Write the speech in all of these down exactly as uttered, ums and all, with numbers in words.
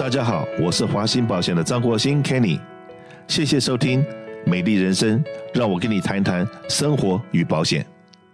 大家好，我是华兴保险的张国兴 Kenny， 谢谢收听美丽人生，让我跟你谈谈生活与保险。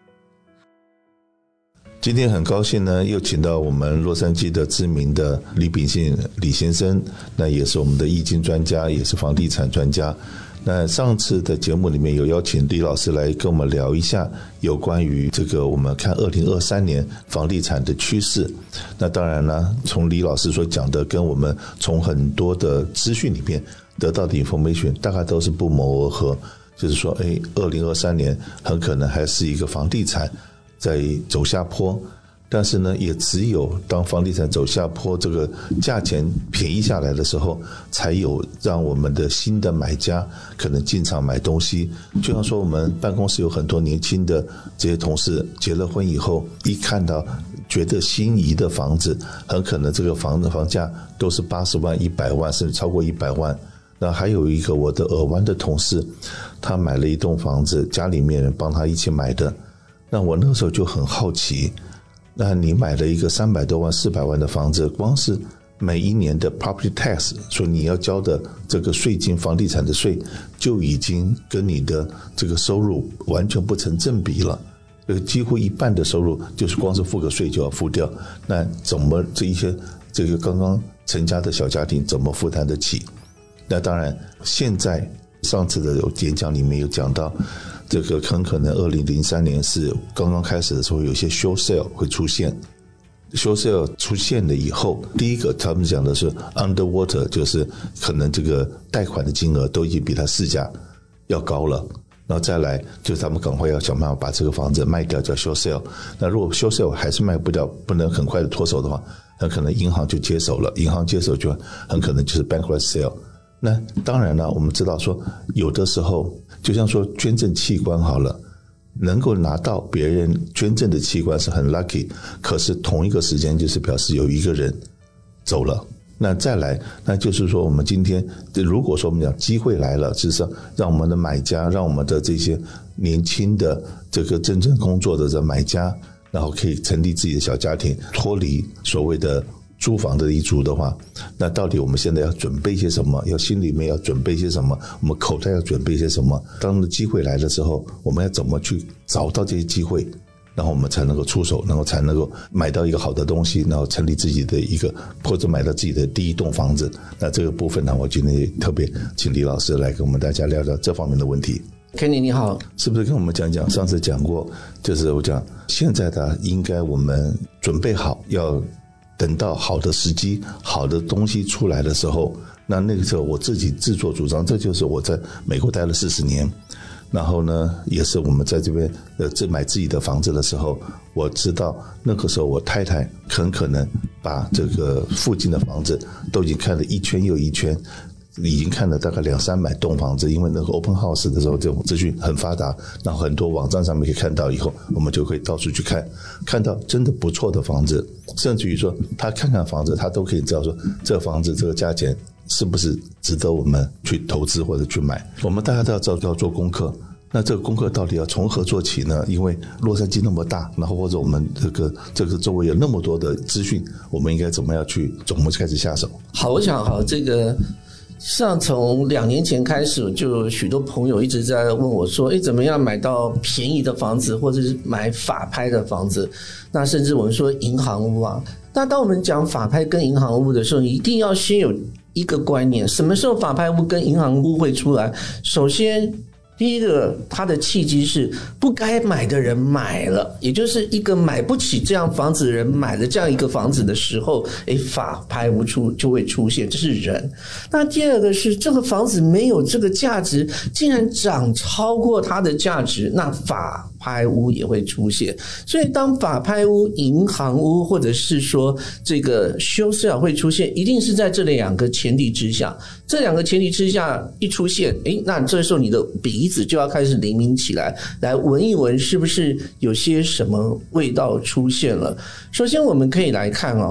今天很高兴呢，又请到我们洛杉矶的知名的李秉信李先生，那也是我们的易经专家，也是房地产专家。那上次的节目里面有邀请李老师来跟我们聊一下有关于这个我们看二零二三年房地产的趋势。那当然呢，从李老师所讲的跟我们从很多的资讯里面得到的 information 大概都是不谋而合，就是说哎，二零二三年很可能还是一个房地产在走下坡，但是呢，也只有当房地产走下坡，这个价钱便宜下来的时候，才有让我们的新的买家可能进场买东西。就像说我们办公室有很多年轻的这些同事结了婚以后，一看到觉得心仪的房子，很可能这个房子房价都是八十万、一百万，甚至超过一百万。那还有一个我的尔湾的同事，他买了一栋房子，家里面人帮他一起买的。那我那个时候就很好奇，那你买了一个三百多万、四百万的房子，光是每一年的 property tax， 说你要交的这个税金，房地产的税，就已经跟你的这个收入完全不成正比了。这个几乎一半的收入就是光是付个税就要付掉，那怎么这一些这个刚刚成家的小家庭怎么负担得起？那当然，现在上次的演讲里面有讲到，这个很可能二零零三年是刚刚开始的时候，有些 short sale 会出现。short sale 出现了以后，第一个他们讲的是 underwater， 就是可能这个贷款的金额都已经比他市价要高了。然后再来就是他们赶快要想办法把这个房子卖掉，叫 short sale。那如果 short sale 还是卖不掉，不能很快的脱手的话，很可能银行就接手了，银行接手就很可能就是 bankruptcy sale。那当然了，我们知道说有的时候就像说捐赠器官好了，能够拿到别人捐赠的器官是很 lucky， 可是同一个时间就是表示有一个人走了。那再来，那就是说我们今天如果说我们讲机会来了，就是让我们的买家，让我们的这些年轻的这个真正工作的这买家，然后可以成立自己的小家庭，脱离所谓的租房的一族的话，那到底我们现在要准备些什么？要心里面要准备些什么？我们口袋要准备些什么？当机会来的时候，我们要怎么去找到这些机会，然后我们才能够出手，然后才能够买到一个好的东西，然后成立自己的一个，或者买到自己的第一栋房子。那这个部分呢，我今天也特别请李老师来跟我们大家聊聊这方面的问题。 Kenny 你好， 是不是跟我们讲讲？上次讲过，就是我讲现在的应该我们准备好要。等到好的时机，好的东西出来的时候，那那个时候我自己自作主张，这就是我在美国待了四十年，然后呢，也是我们在这边呃自买自己的房子的时候，我知道那个时候我太太很可能把这个附近的房子都已经看了一圈又一圈。已经看了大概两三百栋房子，因为那个 open house 的时候，这种资讯很发达，然后很多网站上面可以看到，以后我们就可以到处去看，看到真的不错的房子，甚至于说他看看房子，他都可以知道说这个房子这个价钱是不是值得我们去投资或者去买。我们大家都要知道要做功课，那这个功课到底要从何做起呢？因为洛杉矶那么大，然后或者我们这个这个周围有那么多的资讯，我们应该怎么样去怎么开始下手？ 好，我想好这个。像从两年前开始，就许多朋友一直在问我说，诶，怎么样买到便宜的房子，或者是买法拍的房子？那甚至我们说银行屋啊。那当我们讲法拍跟银行屋的时候，你一定要先有一个观念，什么时候法拍屋跟银行屋会出来？首先第一个，它的契机是不该买的人买了，也就是一个买不起这样房子的人买了这样一个房子的时候，诶，法拍屋出就会出现，这是人。那第二个是这个房子没有这个价值，竟然涨超过它的价值，那法拍屋也会出现。所以当法拍屋、银行屋或者是说这个 short sale 会出现，一定是在这两个前提之下。这两个前提之下一出现，诶，那这时候你的鼻子就要开始灵敏起来，来闻一闻是不是有些什么味道出现了。首先我们可以来看哦，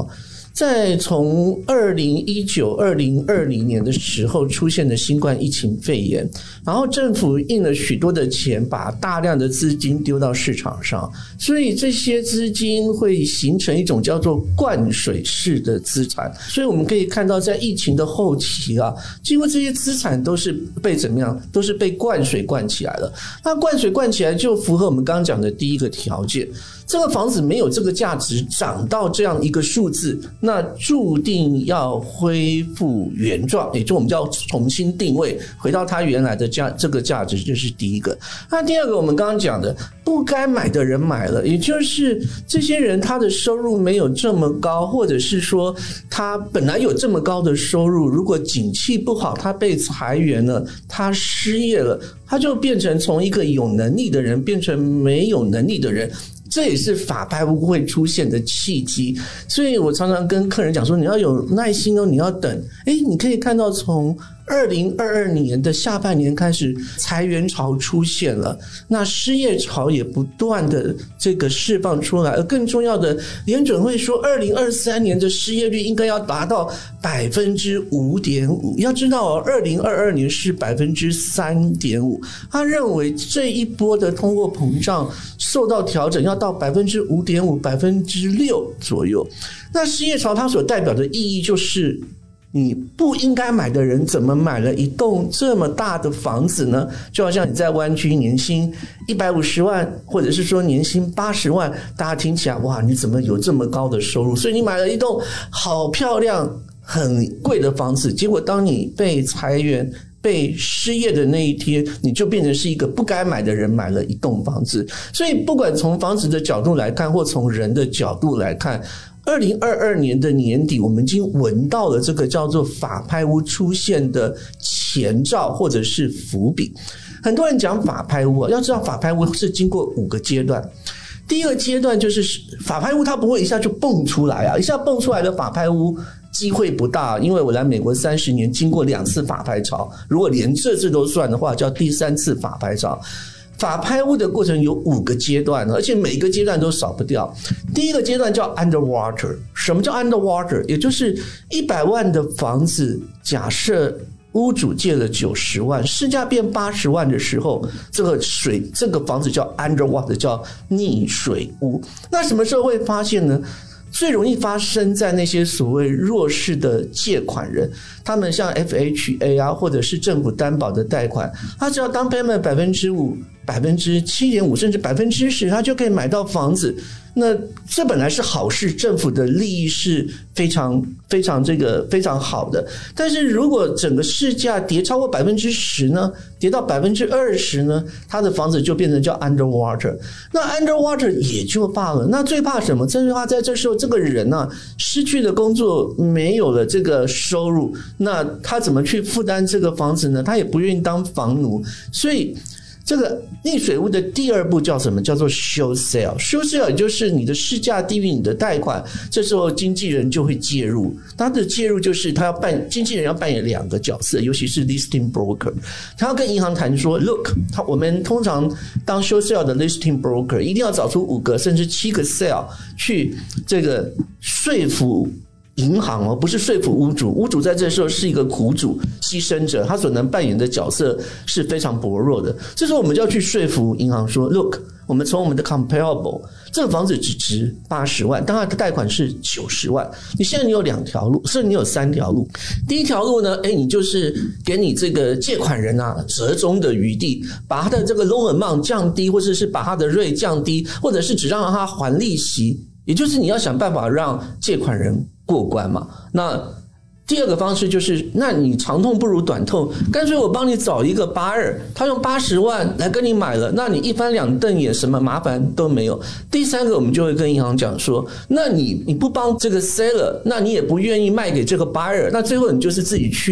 在从二零一九、二零二零年的时候出现的新冠疫情肺炎，然后政府印了许多的钱，把大量的资金丢到市场上，所以这些资金会形成一种叫做灌水式的资产。所以我们可以看到，在疫情的后期啊，几乎这些资产都是被怎么样，都是被灌水灌起来了。那灌水灌起来就符合我们刚刚讲的第一个条件，这个房子没有这个价值涨到这样一个数字，那注定要恢复原状，也就我们叫重新定位，回到它原来的价这个价值，这是第一个。那第二个，我们刚刚讲的不该买的人买了，也就是这些人他的收入没有这么高，或者是说他本来有这么高的收入，如果景气不好，他被裁员了，他失业了，他就变成从一个有能力的人变成没有能力的人，这也是法拍屋会出现的契机。所以我常常跟客人讲说，你要有耐心哦，你要等。诶，你可以看到从二零二二年的下半年开始，裁员潮出现了，那失业潮也不断的这个释放出来，而更重要的，联准会说二零二三年的失业率应该要达到百分之五点五。要知道哦，二零二二年是百分之三点五，他认为这一波的通货膨胀受到调整，要到百分之五点五、百分之六左右。那失业潮它所代表的意义就是，你不应该买的人怎么买了一栋这么大的房子呢？就好像你在湾区年薪一百五十万，或者是说年薪八十万，大家听起来哇，你怎么有这么高的收入？所以你买了一栋好漂亮很贵的房子，结果当你被裁员被失业的那一天，你就变成是一个不该买的人买了一栋房子。所以不管从房子的角度来看，或从人的角度来看，二零二二年的年底，我们已经闻到了这个叫做法拍屋出现的前兆或者是伏笔。很多人讲法拍屋，要知道法拍屋是经过五个阶段。第一个阶段就是法拍屋它不会一下就蹦出来啊，一下蹦出来的法拍屋机会不大，因为我来美国三十年，经过两次法拍潮，如果连这次都算的话，叫第三次法拍潮。法拍屋的过程有五个阶段，而且每一个阶段都少不掉。第一个阶段叫 underwater。 什么叫 underwater？ 也就是一百万的房子，假设屋主借了九十万，市价变八十万的时候，这个水这个房子叫 underwater， 叫溺水屋。那什么时候会发现呢？最容易发生在那些所谓弱势的借款人，他们像 F H A 啊，或者是政府担保的贷款，他只要当 payment 百分之五、百分之七点五，甚至百分之十，他就可以买到房子。那这本来是好事，政府的利益是非常非常这个非常好的。但是如果整个市价跌超过百分之十呢，跌到百分之二十呢，他的房子就变成叫 underwater。那 underwater 也就罢了，那最怕什么？最怕在这时候这个人啊失去了工作，没有了这个收入，那他怎么去负担这个房子呢？他也不愿意当房奴，所以。这个溺水屋的第二步叫什么？叫做 show sale。 show sale 也就是你的市价低于你的贷款，这时候经纪人就会介入。他的介入就是他要扮经纪人要扮演两个角色，尤其是 listing broker， 他要跟银行谈说 look， 他我们通常当 show sale 的 listing broker 一定要找出五个甚至七个 sale 去这个说服银行哦，不是说服屋主，屋主在这时候是一个苦主、牺牲者，他所能扮演的角色是非常薄弱的。这时候我们就要去说服银行说 ，Look， 我们从我们的 comparable， 这个房子只值八十万，但它的贷款是九十万。你现在你有两条路，甚至你有三条路。第一条路呢，哎，你就是给你这个借款人啊折中的余地，把他的这个 loan amount 降低，或者是把他的 rate 降低，或者是只让他还利息，也就是你要想办法让借款人过关嘛。那第二个方式就是，那你长痛不如短痛，干脆我帮你找一个八二，他用八十万来跟你买了，那你一翻两瞪眼，什么麻烦都没有。第三个，我们就会跟银行讲说，那你你不帮这个 seller， 那你也不愿意卖给这个 buyer， 那最后你就是自己去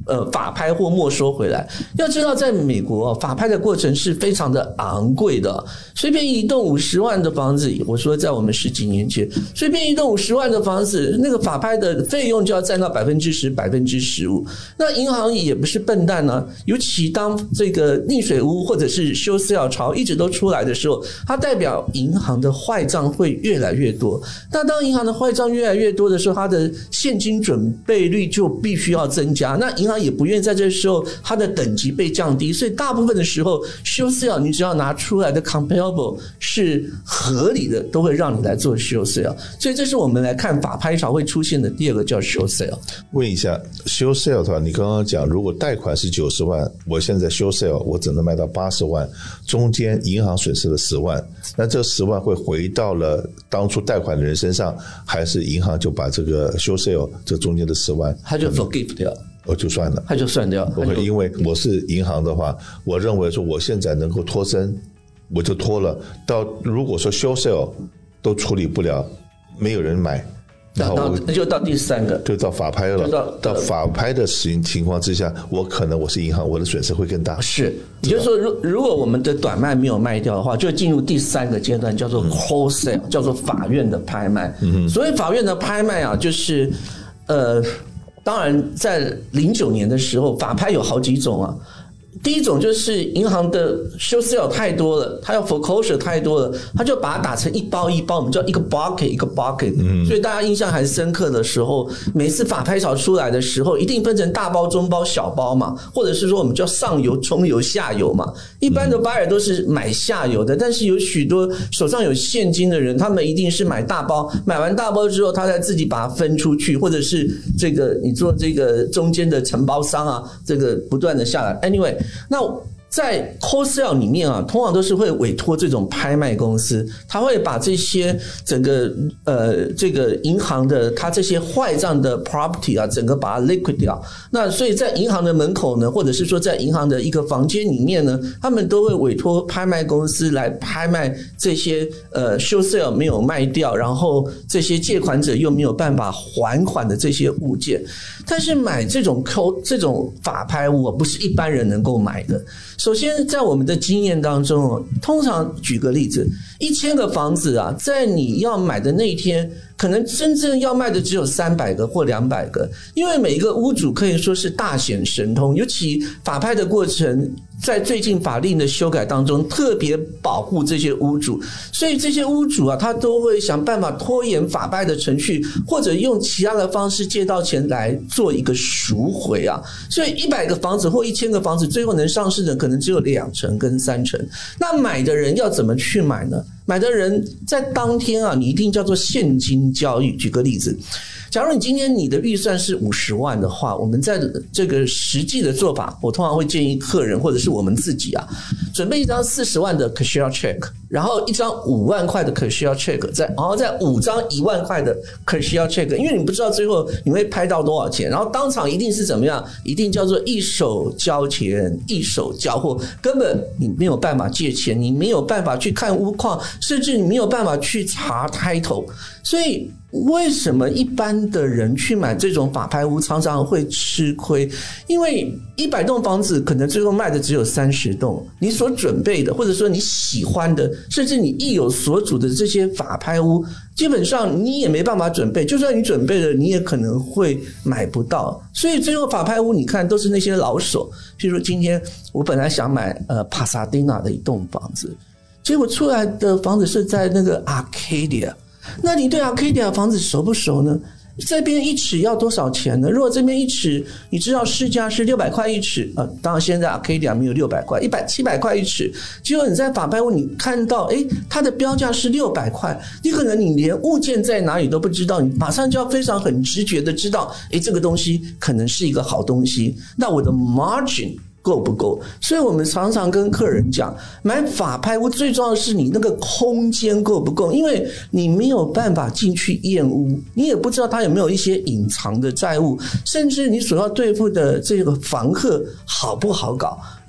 呃法拍或没收回来。要知道，在美国法拍的过程是非常的昂贵的，随便一栋五十万的房子，我说在我们十几年前，随便一栋五十万的房子，那个法拍的费用就要占到百分之十、百分之十五。那银行也不是笨蛋呢、啊，尤其当这个逆水屋或者是休sale潮一直都出来的时候，它代表银行的坏账会越来越多。那当银行的坏账越来越多的时候，它的现金准备率就必须要增加。那银行也不愿意在这时候它的等级被降低，所以大部分的时候休sale你只要拿出来的 comparable 是合理的，都会让你来做休sale。所以这是我们来看法拍潮会出现的第二个叫休sale。 问一下休sale的话，你刚刚讲如果贷款是九十万，我现在休sale我只能卖到八十万，中间银行损失了十万，那这十万会回到了当初贷款的人身上，还是银行就把这个休sale这中间的十万他就 forgive 掉， 我就算了， 他就算掉。 我会因为我是银行的话，我认为说我现在能够脱身，我就脱了。到如果说休sale都处理不了，没有人买，然后那就到第三个， 就到法拍了。到, 到法拍的情况之下，我可能我是银行，我的损失会更大。 是，也就是说，如如果我们的短卖没有卖掉的话，就进入第三个阶段，叫做 wholesale，、嗯、叫做法院的拍卖。嗯、所以法院的拍卖啊，就是呃，当然在零九年的时候，法拍有好几种啊。第一种就是银行的休sale太多了，它要 foreclosure 太多了，它就把它打成一包一包，我们叫一个 bucket 一个 bucket、嗯、所以大家印象还深刻的时候，每次法拍潮出来的时候一定分成大包中包小包嘛，或者是说我们叫上游中游下游嘛。一般的 buyer 都是买下游的，但是有许多手上有现金的人，他们一定是买大包，买完大包之后他再自己把它分出去，或者是这个你做这个中间的承包商啊，这个不断的下来。 anyway，那在 wholesale 里面啊，通常都是会委托这种拍卖公司，他会把这些整个呃这个银行的他这些坏账的 property 啊，整个把它 liquid 掉。那所以在银行的门口呢，或者是说在银行的一个房间里面呢，他们都会委托拍卖公司来拍卖这些呃休sale没有卖掉，然后这些借款者又没有办法还款的这些物件。但是买这种这种法拍屋不是一般人能够买的。首先在我们的经验当中，通常举个例子，一千个房子啊，在你要买的那一天，可能真正要卖的只有三百个或两百个，因为每一个屋主可以说是大显神通，尤其法拍的过程在最近法令的修改当中特别保护这些屋主，所以这些屋主啊，他都会想办法拖延法拍的程序，或者用其他的方式借到钱来做一个赎回啊。所以一百个房子或一千个房子，最后能上市的可能只有两成跟三成。那买的人要怎么去买呢？买的人在当天啊，你一定叫做现金交易。举个例子，假如你今天你的预算是五十万的话，我们在这个实际的做法，我通常会建议客人或者是我们自己啊，准备一张四十万的 cashier check， 然后一张五万块的 cashier check， 再然后再五张一万块的 cashier check， 因为你不知道最后你会拍到多少钱，然后当场一定是怎么样，一定叫做一手交钱一手交货，根本你没有办法借钱，你没有办法去看屋况，甚至你没有办法去查title。所以为什么一般的人去买这种法拍屋常常会吃亏？因为一百栋房子可能最后卖的只有三十栋，你所准备的或者说你喜欢的，甚至你意有所属的这些法拍屋，基本上你也没办法准备，就算你准备了，你也可能会买不到。所以最后法拍屋你看都是那些老手，譬如说今天我本来想买呃帕萨迪纳的一栋房子，结果出来的房子是在那个 Arcadia。那你对 Arcadia 房子熟不熟呢？这边一尺要多少钱呢？如果这边一尺你知道市价是六百块一尺、呃、当然现在 Arcadia 没有六百块，一百七百块一尺，结果你在法拍屋你看到诶它的标价是六百块，你可能你连物件在哪里都不知道，你马上就要非常很直觉的知道诶这个东西可能是一个好东西，那我的 margin够不够？所以我们常常跟客人讲，买法拍屋最重要的是你那个空间够不够，因为你没有办法进去验屋，你也不知道它有没有一些隐藏的债务，甚至你所要对付的这个房客好不好搞。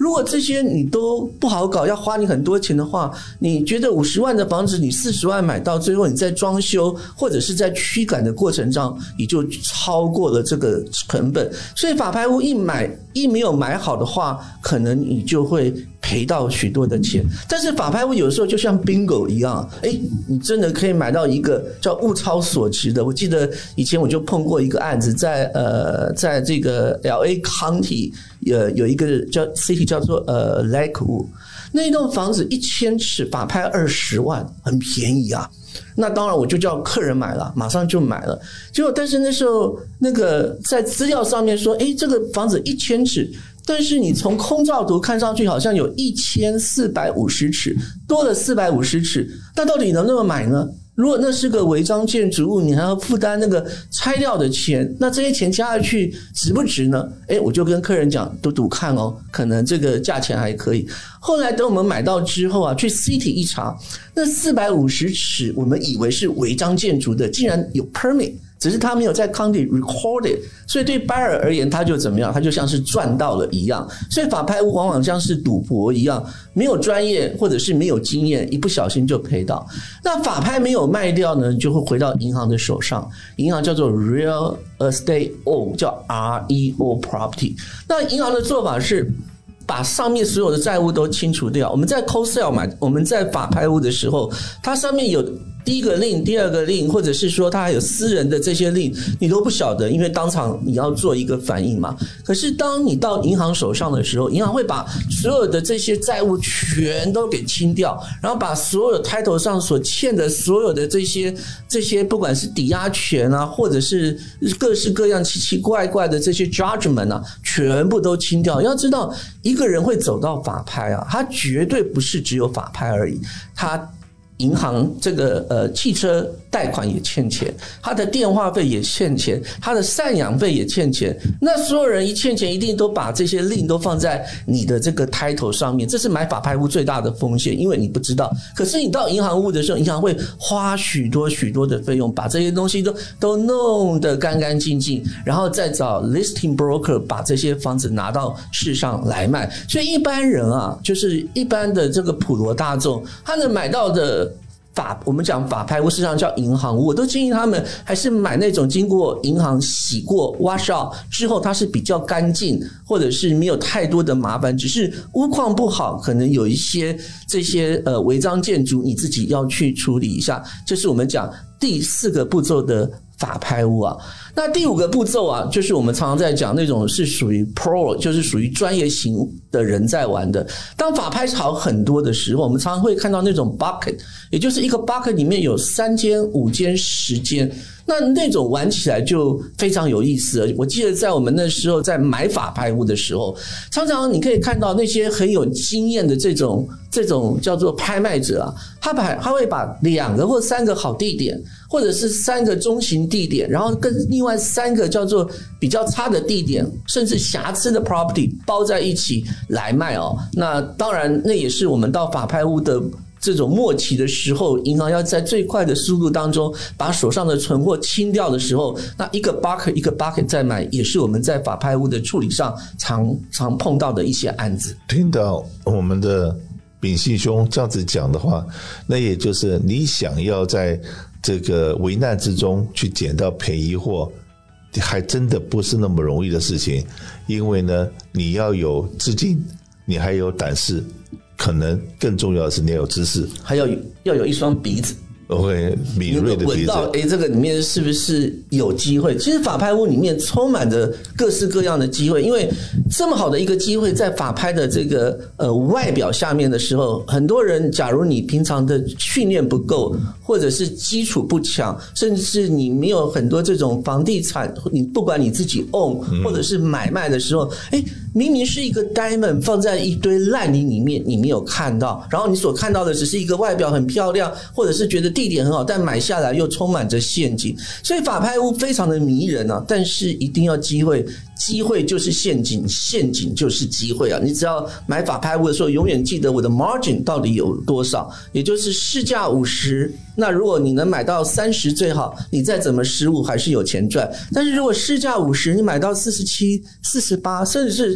如果这些你都不好搞，要花你很多钱的话，你觉得五十万的房子你四十万买到，最后你在装修或者是在驱赶的过程中，你就超过了这个成本。所以法拍屋一买一没有买好的话，可能你就会赔到许多的钱。但是法拍屋有时候就像 bingo 一样，哎，你真的可以买到一个叫物超所值的。我记得以前我就碰过一个案子，在呃，在这个 L A County 呃有一个叫 city 叫做呃 Lakewood， 那一栋房子一千尺法拍二十万，很便宜啊。那当然我就叫客人买了，马上就买了。结果但是那时候那个在资料上面说，哎，这个房子一千尺，但是你从空照图看上去好像有一千四百五十尺，多了四百五十尺，那到底能不能买呢？如果那是个违章建筑物，你还要负担那个拆掉的钱，那这些钱加下去值不值呢？诶，我就跟客人讲，赌赌看哦，可能这个价钱还可以。后来等我们买到之后啊，去 City 一查，那四百五十尺我们以为是违章建筑的，竟然有 permit， 只是他没有在 county recorded， 所以对 buyer 而言他就怎么样，他就像是赚到了一样。所以法拍屋往往像是赌博一样，没有专业或者是没有经验，一不小心就赔到。那法拍没有卖掉呢，就会回到银行的手上，银行叫做 Real Estate O， 叫 R E O Property。 那银行的做法是把上面所有的债务都清除掉。我们在 cold sale 买，我们在法拍屋的时候，它上面有第一个令，第二个令，或者是说它还有私人的这些令，你都不晓得，因为当场你要做一个反应嘛。可是当你到银行手上的时候，银行会把所有的这些债务全都给清掉，然后把所有 title 上所欠的所有的这些这些不管是抵押权啊，或者是各式各样奇奇怪怪的这些 judgment 啊，全部都清掉。要知道一个人会走到法拍啊，他绝对不是只有法拍而已，他银行这个呃汽车贷款也欠钱，他的电话费也欠钱，他的赡养费也欠钱。那所有人一欠钱，一定都把这些令都放在你的这个 title 上面，这是买法拍屋最大的风险，因为你不知道。可是你到银行屋的时候，银行会花许多许多的费用，把这些东西都都弄得干干净净，然后再找 listing broker 把这些房子拿到市上来卖。所以一般人啊，就是一般的这个普罗大众，他能买到的法，我们讲法拍屋，事实上叫银行屋，我都建议他们还是买那种经过银行洗过 wash out 之后，它是比较干净，或者是没有太多的麻烦，只是屋况不好，可能有一些这些呃违章建筑，你自己要去处理一下。这是我们讲第四个步骤的法拍屋啊。那第五个步骤啊，就是我们常常在讲那种是属于 pro， 就是属于专业型的人在玩的。当法拍潮很多的时候，我们常常会看到那种 bucket， 也就是一个 bucket 里面有三间、五间、十间。那那种玩起来就非常有意思了。我记得在我们那时候在买法拍屋的时候，常常你可以看到那些很有经验的这种这种叫做拍卖者啊，他把他会把两个或三个好地点，或者是三个中型地点，然后跟另外三个叫做比较差的地点，甚至瑕疵的 property 包在一起来卖哦。那当然，那也是我们到法拍屋的这种末期的时候，银行要在最快的速度当中把手上的存货清掉的时候，那一个 bucket 一个 bucket 再买，也是我们在法拍屋的处理上常常碰到的一些案子。 听到我们的秉信兄这样子讲的话，那也就是你想要在这个危难之中去捡到便宜货，还真的不是那么容易的事情。因为呢，你要有资金，你还有胆识，可能更重要的是你要有知识， 还要要有一双鼻子。 OK， 敏锐的鼻子。 闻到哎，这个里面是不是有机会？其实法拍屋里面充满着各式各样的机会，因为这么好的一个机会，在法拍的这个呃外表下面的时候，很多人假如你平常的训练不够，或者是基础不强，甚至是你没有很多这种房地产，你不管你自己 own 或者是买卖的时候，哎，明明是一个 diamond 放在一堆烂泥里面，你没有看到，然后你所看到的只是一个外表很漂亮，或者是觉得地点很好，但买下来又充满着陷阱。所以法拍屋非常的迷人啊，但是一定要机会，机会就是陷阱，陷阱就是机会啊！你只要买法拍屋的时候，永远记得我的 margin 到底有多少，也就是市价五十。那如果你能买到三十最好，你再怎么十五还是有钱赚。但是如果市价五十，你买到四十七、四十八，甚至是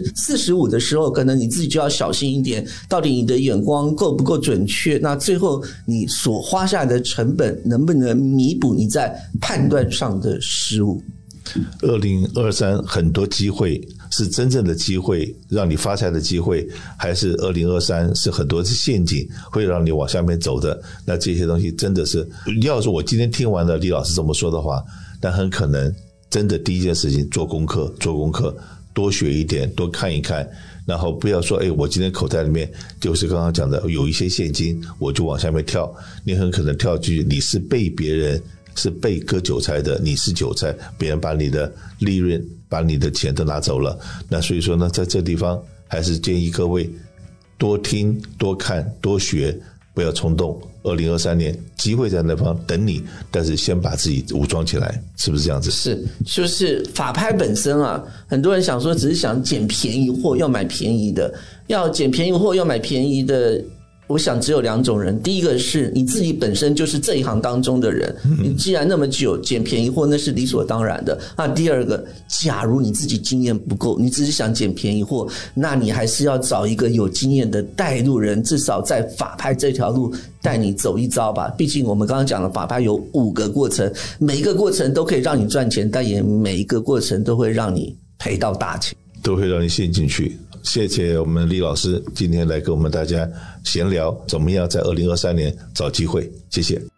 四十五的时候，可能你自己就要小心一点，到底你的眼光够不够准确？那最后你所花下的成本能不能弥补你在判断上的失误？ 二零二三很多机会是真正的机会，让你发财的机会，还是二零二三是很多是陷阱，会让你往下面走的？那这些东西真的是，要是我今天听完了李老师这么说的话，但很可能真的第一件事情做功课，做功课，多学一点，多看一看，然后不要说，哎，我今天口袋里面就是刚刚讲的有一些现金，我就往下面跳，你很可能跳进去，你是被别人。是被割韭菜的，你是韭菜，别人把你的利润把你的钱都拿走了。那所以说呢，在这地方还是建议各位多听多看多学，不要冲动。二零二三年机会在那方等你，但是先把自己武装起来，是不是这样子？ 是，就是法拍本身啊，很多人想说只是想捡便宜货，要买便宜的，要捡便宜货要买便宜的。我想只有两种人，第一个是你自己本身就是这一行当中的人，你既然那么久捡便宜货，那是理所当然的。那第二个，假如你自己经验不够，你只是想捡便宜货，那你还是要找一个有经验的带路人，至少在法拍这条路带你走一遭吧。毕竟我们刚刚讲的法拍有五个过程，每一个过程都可以让你赚钱，但也每一个过程都会让你赔到大钱， 都会让你陷进去。谢谢我们李老师今天来跟我们大家闲聊怎么样在二零二三年找机会，谢谢。